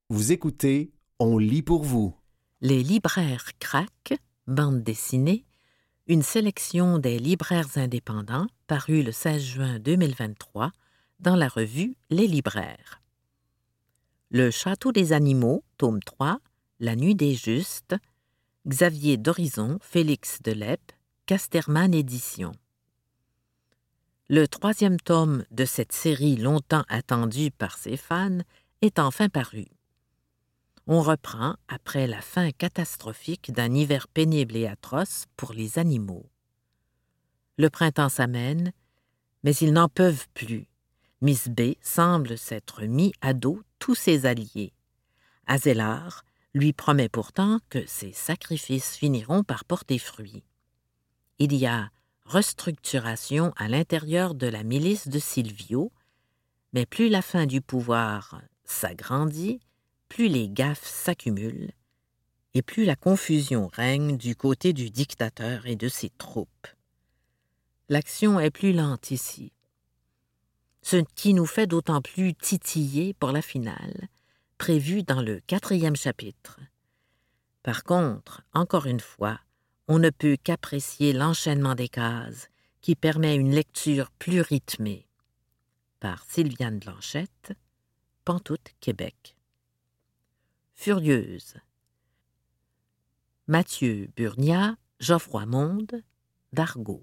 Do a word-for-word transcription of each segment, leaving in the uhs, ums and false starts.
Vous écoutez On lit pour vous. Les libraires craquent, bande dessinée, une sélection des libraires indépendants parue le seize juin deux mille vingt-trois dans la revue Les Libraires. Le Château des animaux, tome trois, La nuit des justes, Xavier d'Horizon, Félix Delep, Casterman Éditions. Le troisième tome de cette série longtemps attendue par ses fans est enfin paru. On reprend après la fin catastrophique d'un hiver pénible et atroce pour les animaux. Le printemps s'amène, mais ils n'en peuvent plus. Miss B semble s'être mis à dos tous ses alliés. Azélar lui promet pourtant que ses sacrifices finiront par porter fruit. Il y a restructuration à l'intérieur de la milice de Silvio, mais plus la fin du pouvoir s'agrandit, plus les gaffes s'accumulent, et plus la confusion règne du côté du dictateur et de ses troupes. L'action est plus lente ici, ce qui nous fait d'autant plus titiller pour la finale, prévue dans le quatrième chapitre. Par contre, encore une fois, on ne peut qu'apprécier l'enchaînement des cases qui permet une lecture plus rythmée. Par Sylviane Blanchette, Pantoute, Québec. Furieuse. Mathieu Burnia, Geoffroy Monde, d'Argot.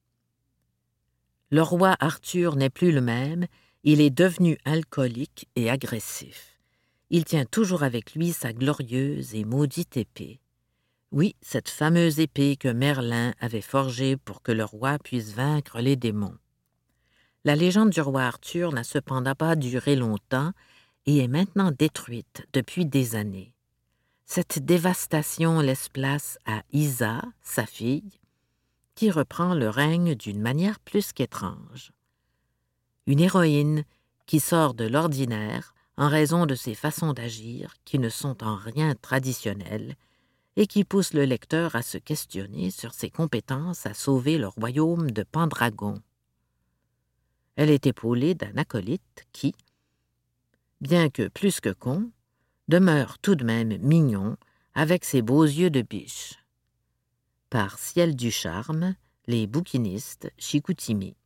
Le roi Arthur n'est plus le même, il est devenu alcoolique et agressif. Il tient toujours avec lui sa glorieuse et maudite épée. Oui, cette fameuse épée que Merlin avait forgée pour que le roi puisse vaincre les démons. La légende du roi Arthur n'a cependant pas duré longtemps et est maintenant détruite depuis des années. Cette dévastation laisse place à Isa, sa fille, qui reprend le règne d'une manière plus qu'étrange. Une héroïne qui sort de l'ordinaire en raison de ses façons d'agir qui ne sont en rien traditionnelles et qui pousse le lecteur à se questionner sur ses compétences à sauver le royaume de Pendragon. Elle est épaulée d'un acolyte qui, bien que plus que con, demeure tout de même mignon avec ses beaux yeux de biche. Par Ciel du Charme, les bouquinistes Chicoutimi.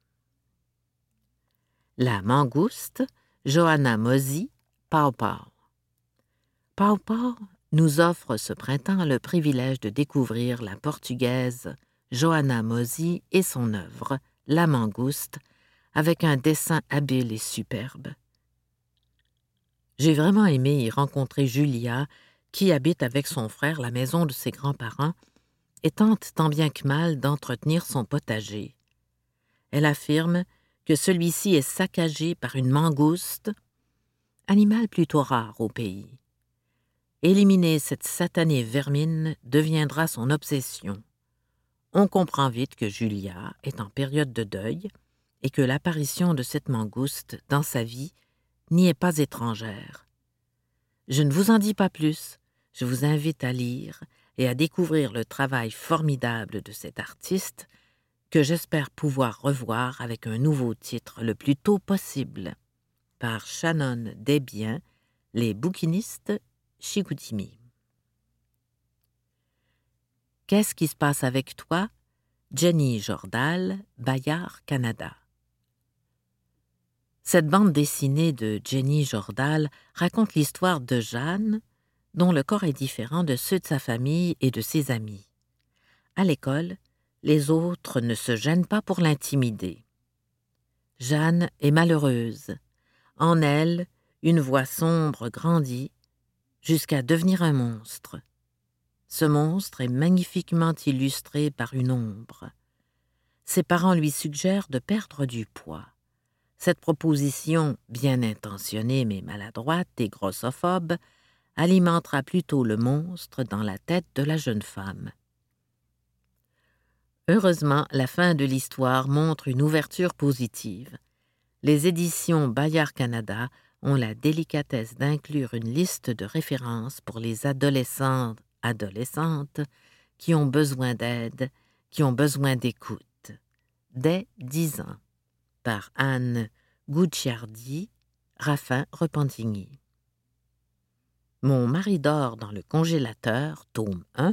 La mangouste, Johanna Mosey, Pau Pau. Pau Pau nous offre ce printemps le privilège de découvrir la portugaise Johanna Mosey et son œuvre, La mangouste, avec un dessin habile et superbe. J'ai vraiment aimé y rencontrer Julia, qui habite avec son frère la maison de ses grands-parents et tente tant bien que mal d'entretenir son potager. Elle affirme que celui-ci est saccagé par une mangouste, animal plutôt rare au pays. Éliminer cette satanée vermine deviendra son obsession. On comprend vite que Julia est en période de deuil et que l'apparition de cette mangouste dans sa vie n'y est pas étrangère. Je ne vous en dis pas plus, je vous invite à lire et à découvrir le travail formidable de cet artiste que j'espère pouvoir revoir avec un nouveau titre le plus tôt possible, par Shannon Desbiens, les bouquinistes Chicoutimi. Qu'est-ce qui se passe avec toi? Jenny Jordal, Bayard, Canada. Cette bande dessinée de Jenny Jordal raconte l'histoire de Jeanne, dont le corps est différent de ceux de sa famille et de ses amis. À l'école, les autres ne se gênent pas pour l'intimider. Jeanne est malheureuse. En elle, une voix sombre grandit jusqu'à devenir un monstre. Ce monstre est magnifiquement illustré par une ombre. Ses parents lui suggèrent de perdre du poids. Cette proposition, bien intentionnée mais maladroite et grossophobe, alimentera plutôt le monstre dans la tête de la jeune femme. Heureusement, la fin de l'histoire montre une ouverture positive. Les éditions Bayard Canada ont la délicatesse d'inclure une liste de références pour les adolescents, adolescentes qui ont besoin d'aide, qui ont besoin d'écoute. Dès dix ans, par Anne Gucciardi, Raffin Repentigny. Mon mari dort dans le congélateur, tome un.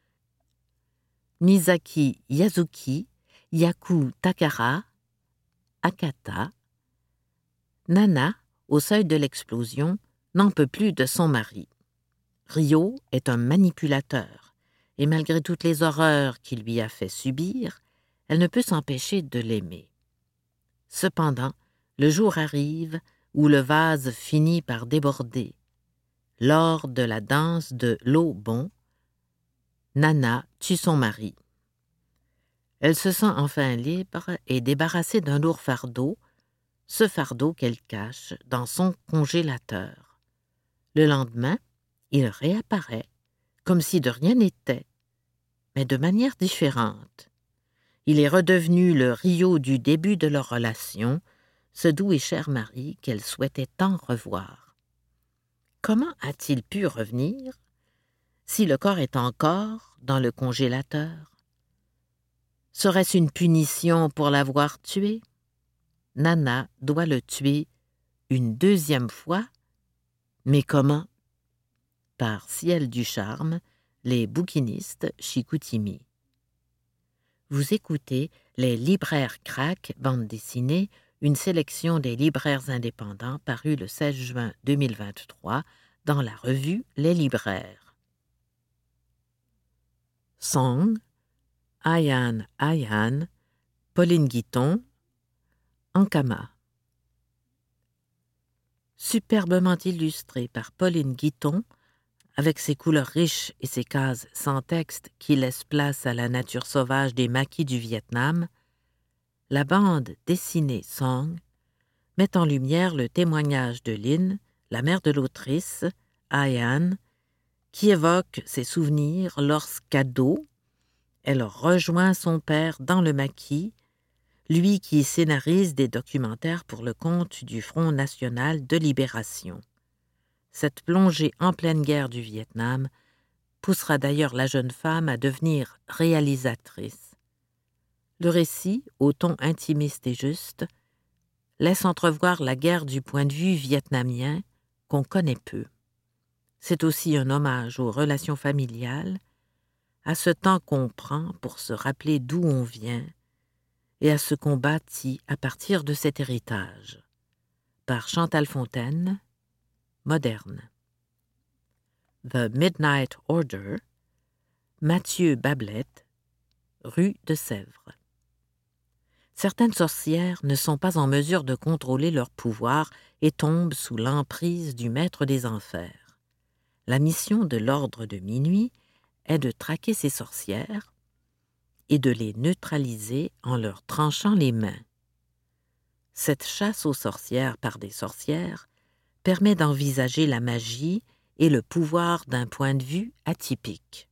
Misaki Yasuki, Yaku Takara, Akata. Nana, au seuil de l'explosion, n'en peut plus de son mari. Ryo est un manipulateur, et malgré toutes les horreurs qu'il lui a fait subir, elle ne peut s'empêcher de l'aimer. Cependant, le jour arrive où le vase finit par déborder. Lors de la danse de l'eau-bon, Nana tue son mari. Elle se sent enfin libre et débarrassée d'un lourd fardeau, ce fardeau qu'elle cache dans son congélateur. Le lendemain, il réapparaît, comme si de rien n'était, mais de manière différente. Il est redevenu le Ryo du début de leur relation, ce doux et cher mari qu'elle souhaitait tant revoir. Comment a-t-il pu revenir si le corps est encore dans le congélateur? Serait-ce une punition pour l'avoir tué? Nana doit le tuer une deuxième fois, mais comment? Par Ciel du Charme, les bouquinistes Chicoutimi. Vous écoutez Les libraires crack, bande dessinée, une sélection des libraires indépendants parue le seize juin deux mille vingt-trois dans la revue Les Libraires. Song, Ayan Ayan, Pauline Guiton, Ankama. Superbement illustré par Pauline Guiton, avec ses couleurs riches et ses cases sans texte qui laissent place à la nature sauvage des maquis du Vietnam, la bande dessinée Song met en lumière le témoignage de Lynn, la mère de l'autrice, Ayan, qui évoque ses souvenirs lorsqu'ado, elle rejoint son père dans le maquis, lui qui scénarise des documentaires pour le compte du Front national de libération. Cette plongée en pleine guerre du Vietnam poussera d'ailleurs la jeune femme à devenir réalisatrice. Le récit, au ton intimiste et juste, laisse entrevoir la guerre du point de vue vietnamien qu'on connaît peu. C'est aussi un hommage aux relations familiales, à ce temps qu'on prend pour se rappeler d'où on vient et à ce qu'on bâtit à partir de cet héritage. Par Chantal Fontaine, Moderne. The Midnight Order, Mathieu Bablette, rue de Sèvres. Certaines sorcières ne sont pas en mesure de contrôler leur pouvoir et tombent sous l'emprise du maître des enfers. La mission de l'ordre de minuit est de traquer ces sorcières et de les neutraliser en leur tranchant les mains. Cette chasse aux sorcières par des sorcières permet d'envisager la magie et le pouvoir d'un point de vue atypique.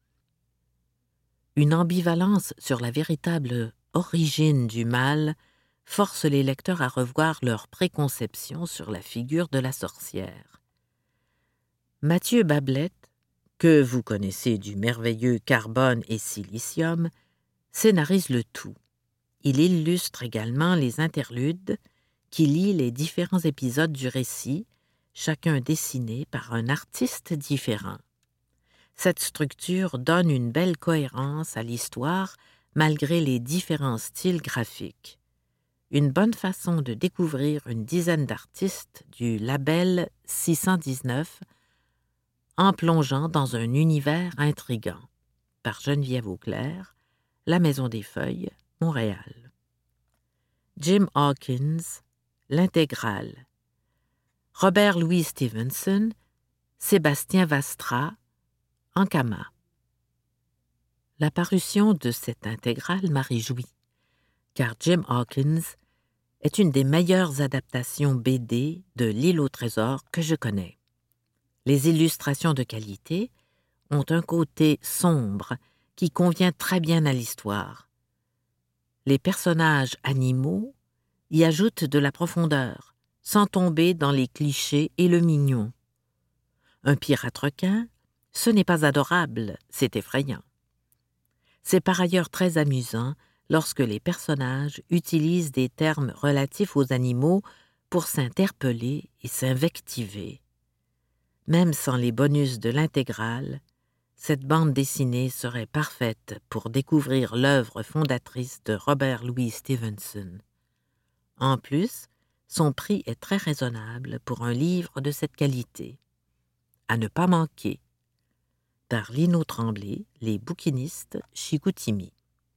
Une ambivalence sur la véritable origine du mal force les lecteurs à revoir leur préconception sur la figure de la sorcière. Mathieu Bablette, que vous connaissez du merveilleux Carbone et Silicium, scénarise le tout. Il illustre également les interludes qui lient les différents épisodes du récit, chacun dessiné par un artiste différent. Cette structure donne une belle cohérence à l'histoire malgré les différents styles graphiques. Une bonne façon de découvrir une dizaine d'artistes du label six cent dix-neuf en plongeant dans un univers intrigant. Par Geneviève Auclair, La Maison des Feuilles, Montréal. Jim Hawkins, L'intégrale. Robert Louis Stevenson, Sébastien Vastra, Ankama. La parution de cette intégrale m'a réjoui, car Jim Hawkins est une des meilleures adaptations B D de L'île au trésor que je connais. Les illustrations de qualité ont un côté sombre qui convient très bien à l'histoire. Les personnages animaux y ajoutent de la profondeur, sans tomber dans les clichés et le mignon. Un pirate requin, ce n'est pas adorable, c'est effrayant. C'est par ailleurs très amusant lorsque les personnages utilisent des termes relatifs aux animaux pour s'interpeller et s'invectiver. Même sans les bonus de l'intégrale, cette bande dessinée serait parfaite pour découvrir l'œuvre fondatrice de Robert Louis Stevenson. En plus, son prix est très raisonnable pour un livre de cette qualité. À ne pas manquer. Par Lino Tremblay, Les bouquinistes, Chicoutimi.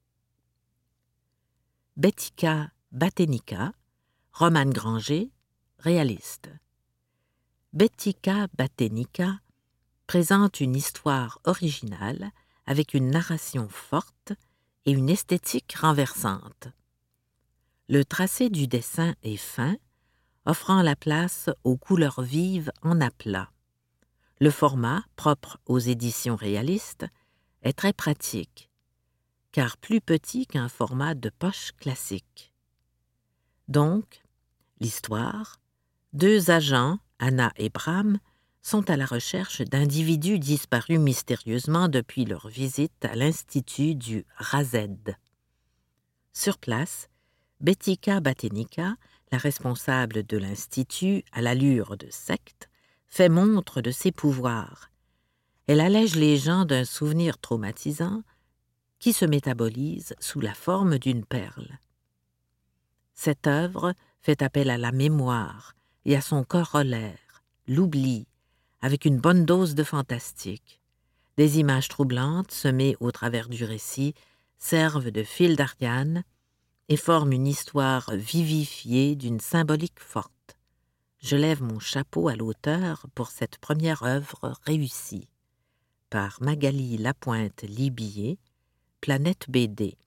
Bettika Batenica, Romane Granger, réaliste. Bettika Batenica présente une histoire originale avec une narration forte et une esthétique renversante. Le tracé du dessin est fin, offrant la place aux couleurs vives en aplat. Le format, propre aux éditions réalistes, est très pratique, car plus petit qu'un format de poche classique. Donc, l'histoire, deux agents, Anna et Bram, sont à la recherche d'individus disparus mystérieusement depuis leur visite à l'Institut du Razed. Sur place, Bettika Batenica, la responsable de l'Institut à l'allure de secte, fait montre de ses pouvoirs. Elle allège les gens d'un souvenir traumatisant qui se métabolise sous la forme d'une perle. Cette œuvre fait appel à la mémoire et à son corollaire, l'oubli, avec une bonne dose de fantastique. Des images troublantes semées au travers du récit servent de fil d'Ariane et forment une histoire vivifiée d'une symbolique forte. Je lève mon chapeau à l'auteur pour cette première œuvre réussie. Par Magali Lapointe-Libier, Planète B D.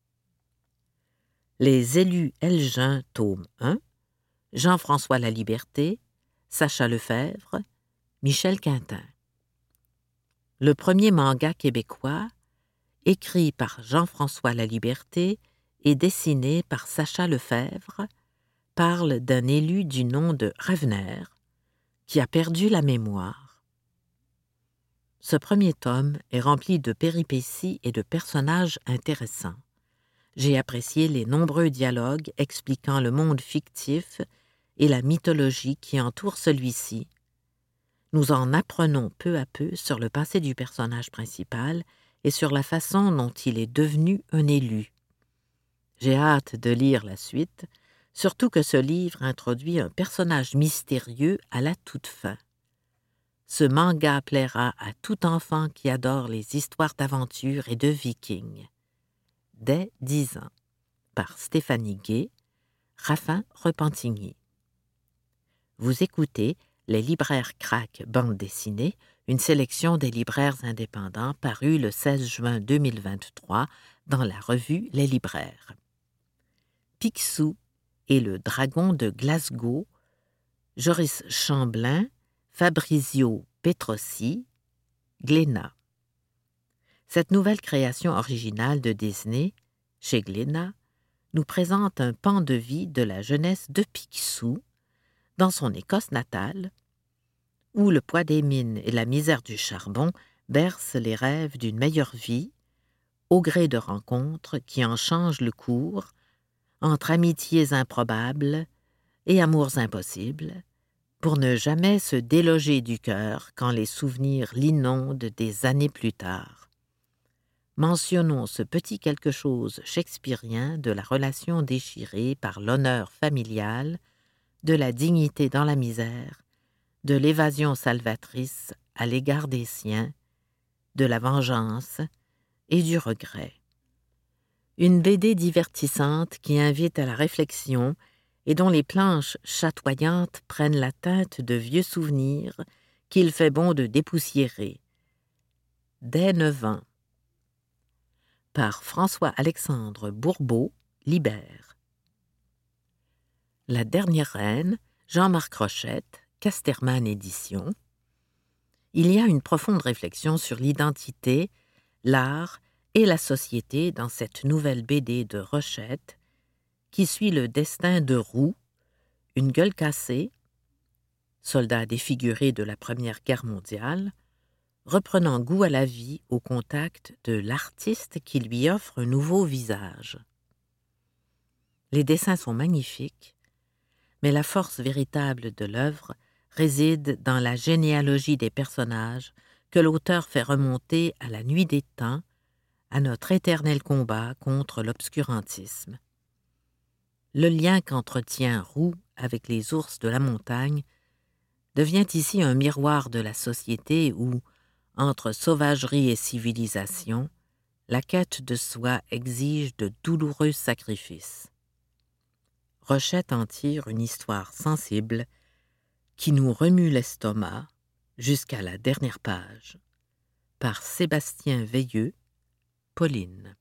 Les élus Elgin, tome un, Jean-François Laliberté, Sacha Lefebvre, Michel Quintin. Le premier manga québécois, écrit par Jean-François Laliberté et dessiné par Sacha Lefebvre, parle d'un élu du nom de Ravener qui a perdu la mémoire. Ce premier tome est rempli de péripéties et de personnages intéressants. J'ai apprécié les nombreux dialogues expliquant le monde fictif et la mythologie qui entoure celui-ci. Nous en apprenons peu à peu sur le passé du personnage principal et sur la façon dont il est devenu un élu. J'ai hâte de lire la suite, surtout que ce livre introduit un personnage mystérieux à la toute fin. Ce manga plaira à tout enfant qui adore les histoires d'aventure et de vikings. Dès dix ans, par Stéphanie Gay, Raffin Repentigny. Vous écoutez Les libraires craquent bande dessinée, une sélection des libraires indépendants parue le seize juin deux mille vingt-trois dans la revue Les Libraires. Picsou et le dragon de Glasgow, Joris Chamblin, Fabrizio Petrossi, Glénat. Cette nouvelle création originale de Disney, chez Glénat, nous présente un pan de vie de la jeunesse de Picsou, dans son Écosse natale, où le poids des mines et la misère du charbon bercent les rêves d'une meilleure vie, au gré de rencontres qui en changent le cours, entre amitiés improbables et amours impossibles, pour ne jamais se déloger du cœur quand les souvenirs l'inondent des années plus tard. Mentionnons ce petit quelque chose shakespearien de la relation déchirée par l'honneur familial, de la dignité dans la misère, de l'évasion salvatrice à l'égard des siens, de la vengeance et du regret. Une B D divertissante qui invite à la réflexion et dont les planches chatoyantes prennent la teinte de vieux souvenirs qu'il fait bon de dépoussiérer. Dès neuf ans. Par François-Alexandre Bourbeau, Libère. La dernière reine, Jean-Marc Rochette, Casterman Éditions. Il y a une profonde réflexion sur l'identité, l'art et la société dans cette nouvelle B D de Rochette qui suit le destin de Roux, une gueule cassée, soldat défiguré de la Première Guerre mondiale, reprenant goût à la vie au contact de l'artiste qui lui offre un nouveau visage. Les dessins sont magnifiques, mais la force véritable de l'œuvre réside dans la généalogie des personnages que l'auteur fait remonter à la nuit des temps, à notre éternel combat contre l'obscurantisme. Le lien qu'entretient Roux avec les ours de la montagne devient ici un miroir de la société où, entre sauvagerie et civilisation, la quête de soi exige de douloureux sacrifices. Rochette en tire une histoire sensible qui nous remue l'estomac jusqu'à la dernière page. Par Sébastien Veilleux, Pauline.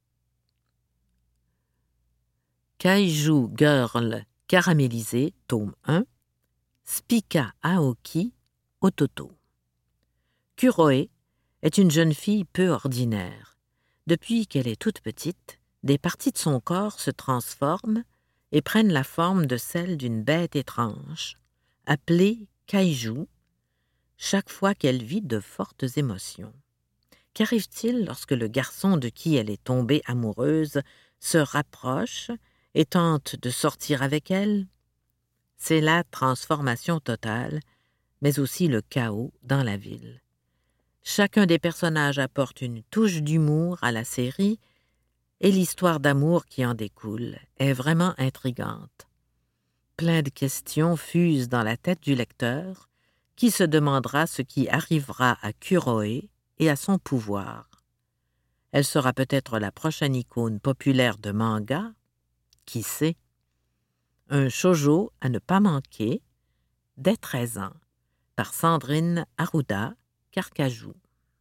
Kaiju Girl caramélisé, tome un, Spica Aoki, Ototo. Kuroe est une jeune fille peu ordinaire. Depuis qu'elle est toute petite, des parties de son corps se transforment et prennent la forme de celle d'une bête étrange, appelée Kaiju, chaque fois qu'elle vit de fortes émotions. Qu'arrive-t-il lorsque le garçon de qui elle est tombée amoureuse se rapproche et tente de sortir avec elle? C'est la transformation totale, mais aussi le chaos dans la ville. Chacun des personnages apporte une touche d'humour à la série et l'histoire d'amour qui en découle est vraiment intrigante. Plein de questions fusent dans la tête du lecteur qui se demandera ce qui arrivera à Kuroe et à son pouvoir. Elle sera peut-être la prochaine icône populaire de manga, qui sait? Un shoujo à ne pas manquer, dès treize ans, par Sandrine Arruda Carcajou.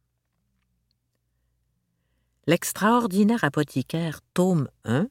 L'extraordinaire apothicaire, tome un,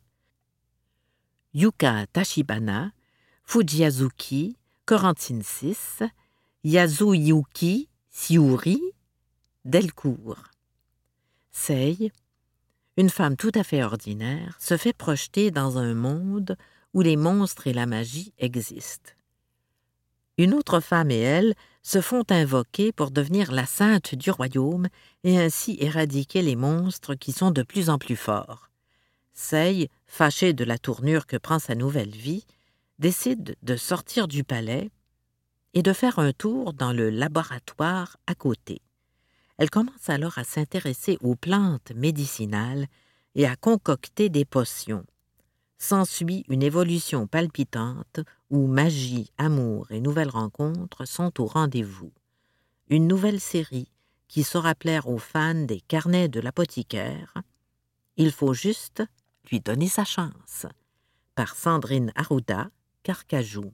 Yuka Tachibana, Fujiazuki, Corentine six, Yasuyuki Siuri, Delcourt. Sei, une femme tout à fait ordinaire, se fait projeter dans un monde où les monstres et la magie existent. Une autre femme et elle se font invoquer pour devenir la sainte du royaume et ainsi éradiquer les monstres qui sont de plus en plus forts. Sei, fâchée de la tournure que prend sa nouvelle vie, décide de sortir du palais et de faire un tour dans le laboratoire à côté. Elle commence alors à s'intéresser aux plantes médicinales et à concocter des potions. S'ensuit une évolution palpitante où magie, amour et nouvelles rencontres sont au rendez-vous. Une nouvelle série qui saura plaire aux fans des carnets de l'apothicaire. Il faut juste lui donner sa chance. Par Sandrine Arruda Carcajou.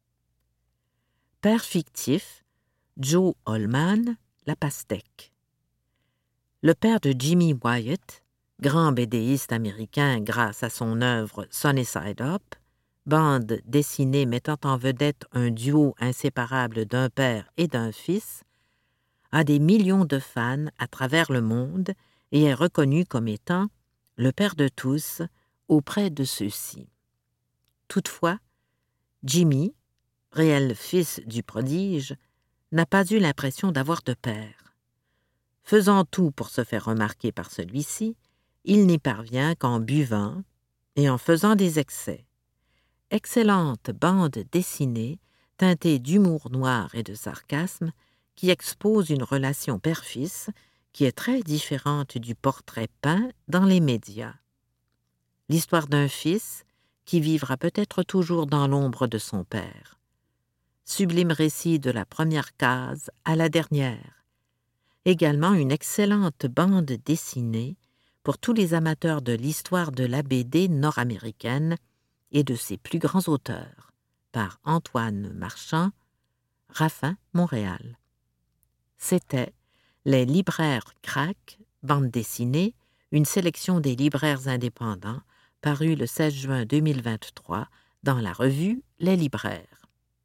Père fictif, Joe Holman, La Pastèque. Le père de Jimmy Wyatt, grand bédéiste américain grâce à son œuvre Sunnyside Up, bande dessinée mettant en vedette un duo inséparable d'un père et d'un fils, a des millions de fans à travers le monde et est reconnu comme étant le père de tous auprès de ceux-ci. Toutefois, Jimmy, réel fils du prodige, n'a pas eu l'impression d'avoir de père. Faisant tout pour se faire remarquer par celui-ci, il n'y parvient qu'en buvant et en faisant des excès. Excellente bande dessinée, teintée d'humour noir et de sarcasme, qui expose une relation père-fils qui est très différente du portrait peint dans les médias. L'histoire d'un fils qui vivra peut-être toujours dans l'ombre de son père. Sublime récit de la première case à la dernière. Également une excellente bande dessinée pour tous les amateurs de l'histoire de la B D nord-américaine et de ses plus grands auteurs, par Antoine Marchand, Raffin, Montréal. C'était Les libraires craquent, bande dessinée, une sélection des libraires indépendants, paru le seize juin deux mille vingt-trois dans la revue Les Libraires.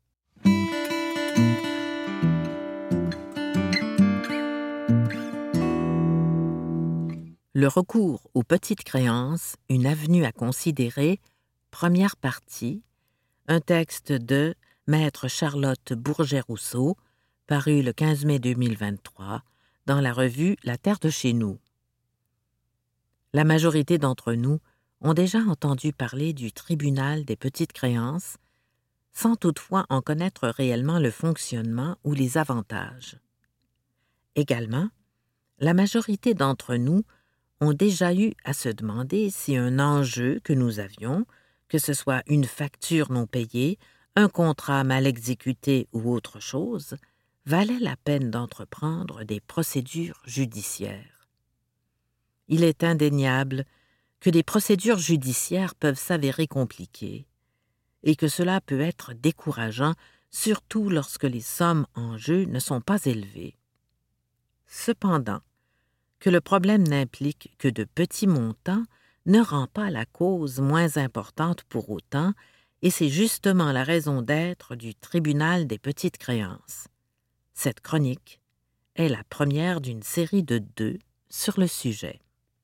Le recours aux petites créances, une avenue à considérer, première partie, un texte de Maître Charlotte Bourget-Rousseau, paru le quinze mai deux mille vingt-trois, dans la revue La Terre de chez nous. La majorité d'entre nous ont déjà entendu parler du tribunal des petites créances, sans toutefois en connaître réellement le fonctionnement ou les avantages. Également, la majorité d'entre nous ont déjà eu à se demander si un enjeu que nous avions, que ce soit une facture non payée, un contrat mal exécuté ou autre chose, valait la peine d'entreprendre des procédures judiciaires. Il est indéniable que des procédures judiciaires peuvent s'avérer compliquées et que cela peut être décourageant, surtout lorsque les sommes en jeu ne sont pas élevées. Cependant, que le problème n'implique que de petits montants ne rend pas la cause moins importante pour autant, et c'est justement la raison d'être du tribunal des petites créances. Cette chronique est la première d'une série de deux sur le sujet.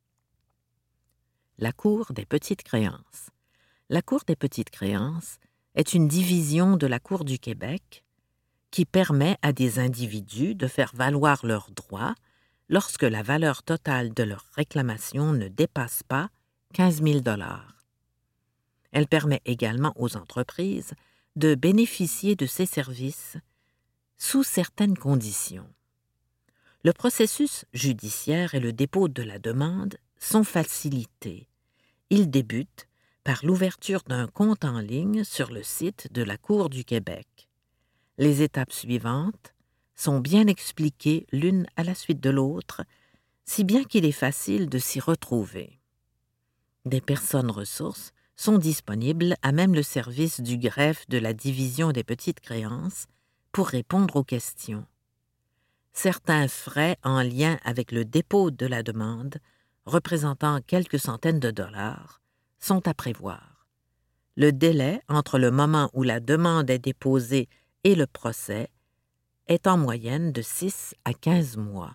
La Cour des petites créances. La Cour des petites créances est une division de la Cour du Québec qui permet à des individus de faire valoir leurs droits lorsque la valeur totale de leur réclamation ne dépasse pas quinze mille dollars. Elle permet également aux entreprises de bénéficier de ces services sous certaines conditions. Le processus judiciaire et le dépôt de la demande sont facilités. Il débute par l'ouverture d'un compte en ligne sur le site de la Cour du Québec. Les étapes suivantes sont bien expliquées l'une à la suite de l'autre, si bien qu'il est facile de s'y retrouver. Des personnes ressources sont disponibles à même le service du greffe de la division des petites créances pour répondre aux questions. Certains frais en lien avec le dépôt de la demande, représentant quelques centaines de dollars, sont à prévoir. Le délai entre le moment où la demande est déposée et le procès est en moyenne de six à quinze mois.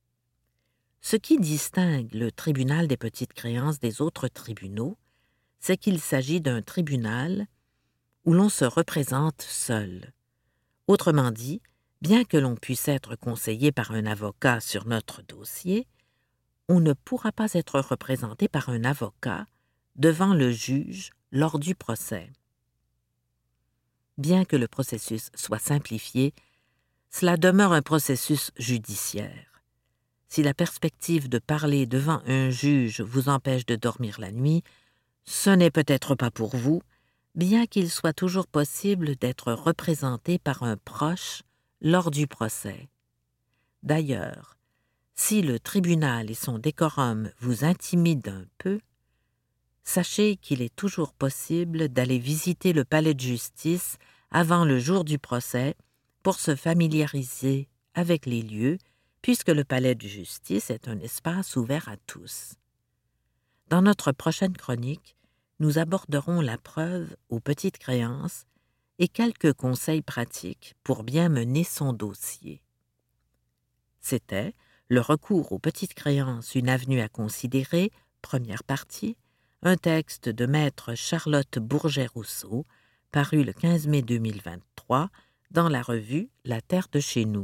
Ce qui distingue le tribunal des petites créances des autres tribunaux, c'est qu'il s'agit d'un tribunal où l'on se représente seul. Autrement dit, bien que l'on puisse être conseillé par un avocat sur notre dossier, on ne pourra pas être représenté par un avocat devant le juge lors du procès. Bien que le processus soit simplifié, cela demeure un processus judiciaire. Si la perspective de parler devant un juge vous empêche de dormir la nuit, ce n'est peut-être pas pour vous, bien qu'il soit toujours possible d'être représenté par un proche lors du procès. D'ailleurs, si le tribunal et son décorum vous intimident un peu, sachez qu'il est toujours possible d'aller visiter le palais de justice avant le jour du procès pour se familiariser avec les lieux, puisque le palais de justice est un espace ouvert à tous. Dans notre prochaine chronique, nous aborderons la preuve aux petites créances et quelques conseils pratiques pour bien mener son dossier. C'était Le recours aux petites créances, une avenue à considérer, première partie, un texte de maître Charlotte Bourget-Rousseau, paru le quinze mai deux mille vingt-trois dans la revue La Terre de chez nous.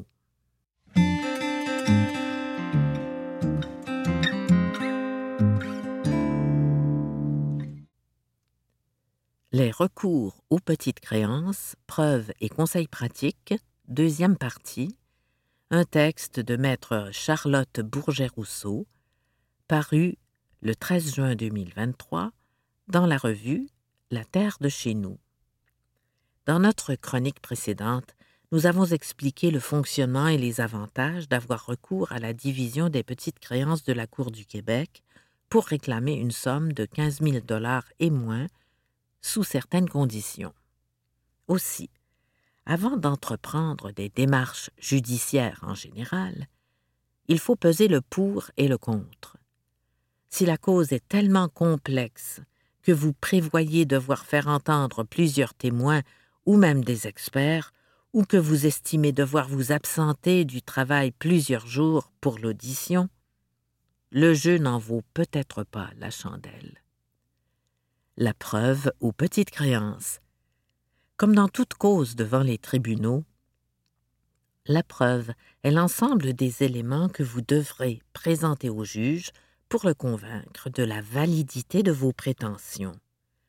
Les recours aux petites créances, preuves et conseils pratiques, deuxième partie, un texte de maître Charlotte Bourget-Rousseau, paru le treize juin deux mille vingt-trois dans la revue La Terre de chez nous. Dans notre chronique précédente, nous avons expliqué le fonctionnement et les avantages d'avoir recours à la division des petites créances de la Cour du Québec pour réclamer une somme de quinze mille dollars et moins sous certaines conditions. Aussi, avant d'entreprendre des démarches judiciaires en général, il faut peser le pour et le contre. Si la cause est tellement complexe que vous prévoyez devoir faire entendre plusieurs témoins ou même des experts, ou que vous estimez devoir vous absenter du travail plusieurs jours pour l'audition, le jeu n'en vaut peut-être pas la chandelle. La preuve aux petites créances. Comme dans toute cause devant les tribunaux, la preuve est l'ensemble des éléments que vous devrez présenter au juge pour le convaincre de la validité de vos prétentions.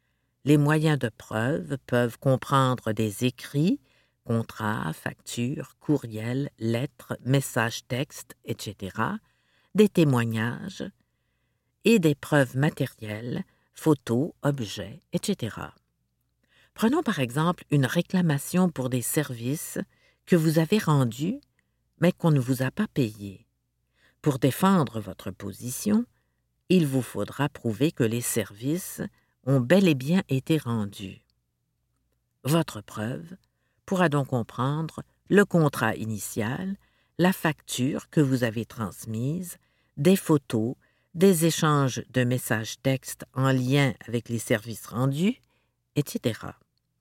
Les moyens de preuve peuvent comprendre des écrits, contrats, factures, courriels, lettres, messages textes, et cetera, des témoignages et des preuves matérielles, photos, objets, et cetera. Prenons par exemple une réclamation pour des services que vous avez rendus, mais qu'on ne vous a pas payés. Pour défendre votre position, il vous faudra prouver que les services ont bel et bien été rendus. Votre preuve pourra donc comprendre le contrat initial, la facture que vous avez transmise, des photos, des échanges de messages textes en lien avec les services rendus, et cetera.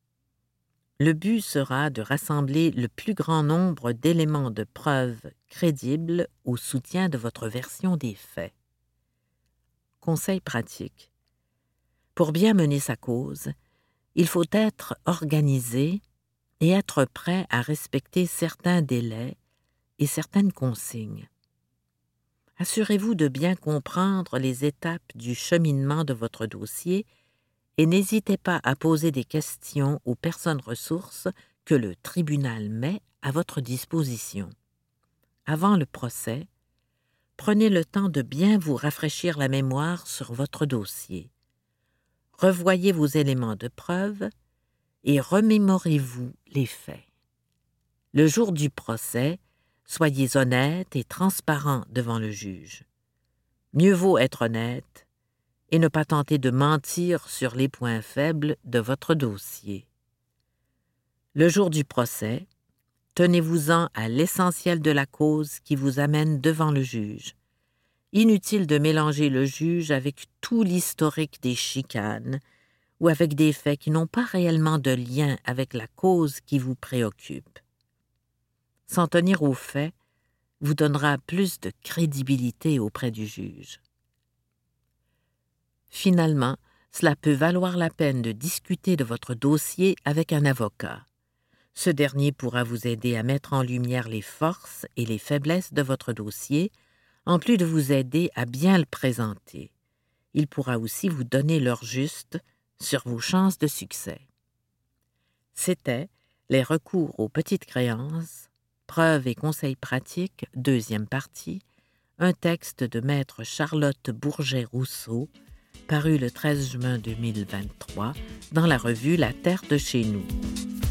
Le but sera de rassembler le plus grand nombre d'éléments de preuve crédibles au soutien de votre version des faits. Conseil pratique. Pour bien mener sa cause, il faut être organisé et être prêt à respecter certains délais et certaines consignes. Assurez-vous de bien comprendre les étapes du cheminement de votre dossier et n'hésitez pas à poser des questions aux personnes ressources que le tribunal met à votre disposition. Avant le procès, prenez le temps de bien vous rafraîchir la mémoire sur votre dossier. Revoyez vos éléments de preuve et remémorez-vous les faits. Le jour du procès, soyez honnête et transparent devant le juge. Mieux vaut être honnête et ne pas tenter de mentir sur les points faibles de votre dossier. Le jour du procès, tenez-vous-en à l'essentiel de la cause qui vous amène devant le juge. Inutile de mélanger le juge avec tout l'historique des chicanes ou avec des faits qui n'ont pas réellement de lien avec la cause qui vous préoccupe. S'en tenir aux faits vous donnera plus de crédibilité auprès du juge. Finalement, cela peut valoir la peine de discuter de votre dossier avec un avocat. Ce dernier pourra vous aider à mettre en lumière les forces et les faiblesses de votre dossier, en plus de vous aider à bien le présenter. Il pourra aussi vous donner l'heure juste sur vos chances de succès. C'était les recours aux petites créances, preuves et conseils pratiques, deuxième partie, un texte de maître Charlotte Bourget-Rousseau, paru le treize juin deux mille vingt-trois dans la revue La Terre de chez nous.